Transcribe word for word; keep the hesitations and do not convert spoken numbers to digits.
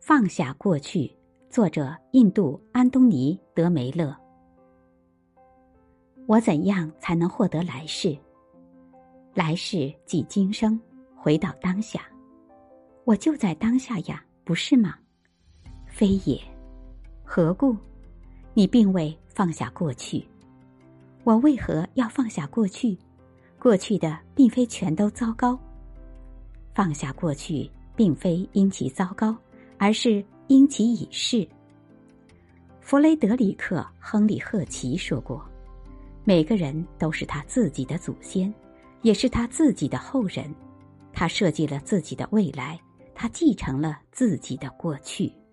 放下过去，作者印度安东尼·德梅勒。我怎样才能获得来世？来世即今生，回到当下。我就在当下呀，不是吗？非也。何故？你并未放下过去。我为何要放下过去？过去的并非全都糟糕。放下过去，并非因其糟糕，而是因其已逝。弗雷德里克·亨利·赫奇说过，每个人都是他自己的祖先，也是他自己的后人。他设计了自己的未来，他继承了自己的过去。